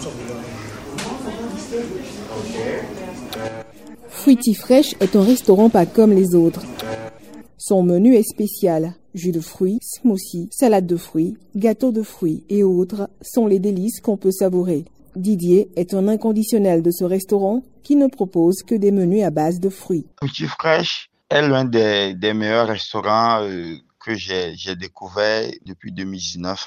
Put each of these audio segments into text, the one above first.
Fruity Fresh est un restaurant pas comme les autres. Son menu est spécial. Jus de fruits, smoothie, salade de fruits, gâteau de fruits et autres sont les délices qu'on peut savourer. Didier est un inconditionnel de ce restaurant qui ne propose que des menus à base de fruits. Fruity Fresh est l'un des meilleurs restaurants que j'ai découvert depuis 2019.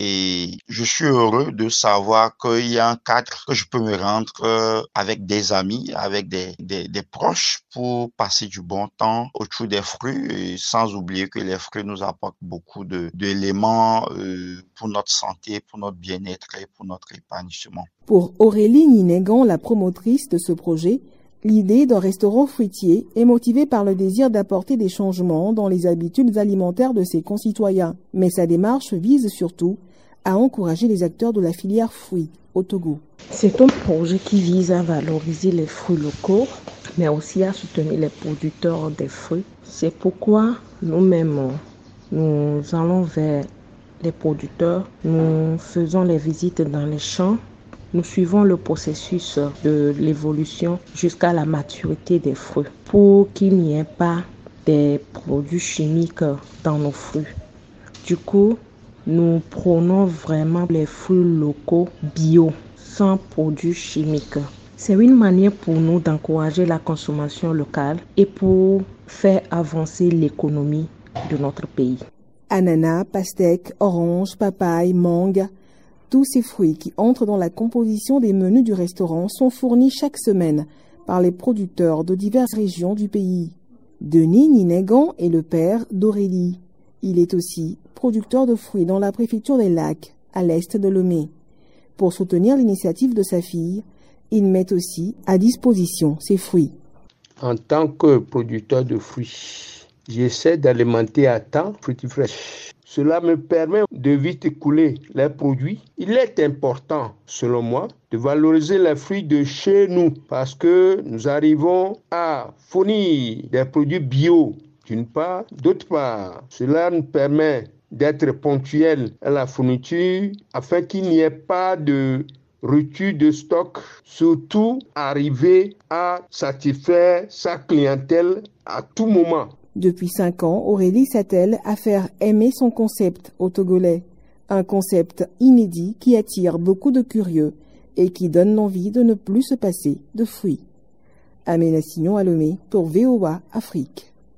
Et je suis heureux de savoir qu'il y a un cadre que je peux me rendre avec des amis, avec des proches pour passer du bon temps autour des fruits, et sans oublier que les fruits nous apportent beaucoup d'éléments pour notre santé, pour notre bien-être et pour notre épanouissement. Pour Aurélie Ninégan, la promotrice de ce projet, l'idée d'un restaurant fruitier est motivée par le désir d'apporter des changements dans les habitudes alimentaires de ses concitoyens. Mais sa démarche vise surtout à encourager les acteurs de la filière fruits au Togo. C'est un projet qui vise à valoriser les fruits locaux, mais aussi à soutenir les producteurs des fruits. C'est pourquoi nous-mêmes, nous allons vers les producteurs, nous faisons les visites dans les champs. Nous suivons le processus de l'évolution jusqu'à la maturité des fruits pour qu'il n'y ait pas des produits chimiques dans nos fruits. Du coup, nous prônons vraiment les fruits locaux bio, sans produits chimiques. C'est une manière pour nous d'encourager la consommation locale et pour faire avancer l'économie de notre pays. Ananas, pastèques, oranges, papaye, mangue. Tous ces fruits qui entrent dans la composition des menus du restaurant sont fournis chaque semaine par les producteurs de diverses régions du pays. Denis Ninégan est le père d'Aurélie. Il est aussi producteur de fruits dans la préfecture des Lacs, à l'est de Lomé. Pour soutenir l'initiative de sa fille, il met aussi à disposition ses fruits. En tant que producteur de fruits, j'essaie d'alimenter à temps Fruity Fresh. Cela me permet de vite écouler les produits. Il est important, selon moi, de valoriser les fruits de chez nous parce que nous arrivons à fournir des produits bio, d'une part. D'autre part, cela nous permet d'être ponctuels à la fourniture afin qu'il n'y ait pas de rupture de stock, surtout arriver à satisfaire sa clientèle à tout moment. Depuis 5 ans, Aurélie s'attelle à faire aimer son concept aux Togolais. Un concept inédit qui attire beaucoup de curieux et qui donne l'envie de ne plus se passer de fruits. Amélie Signon à Lomé pour VOA Afrique.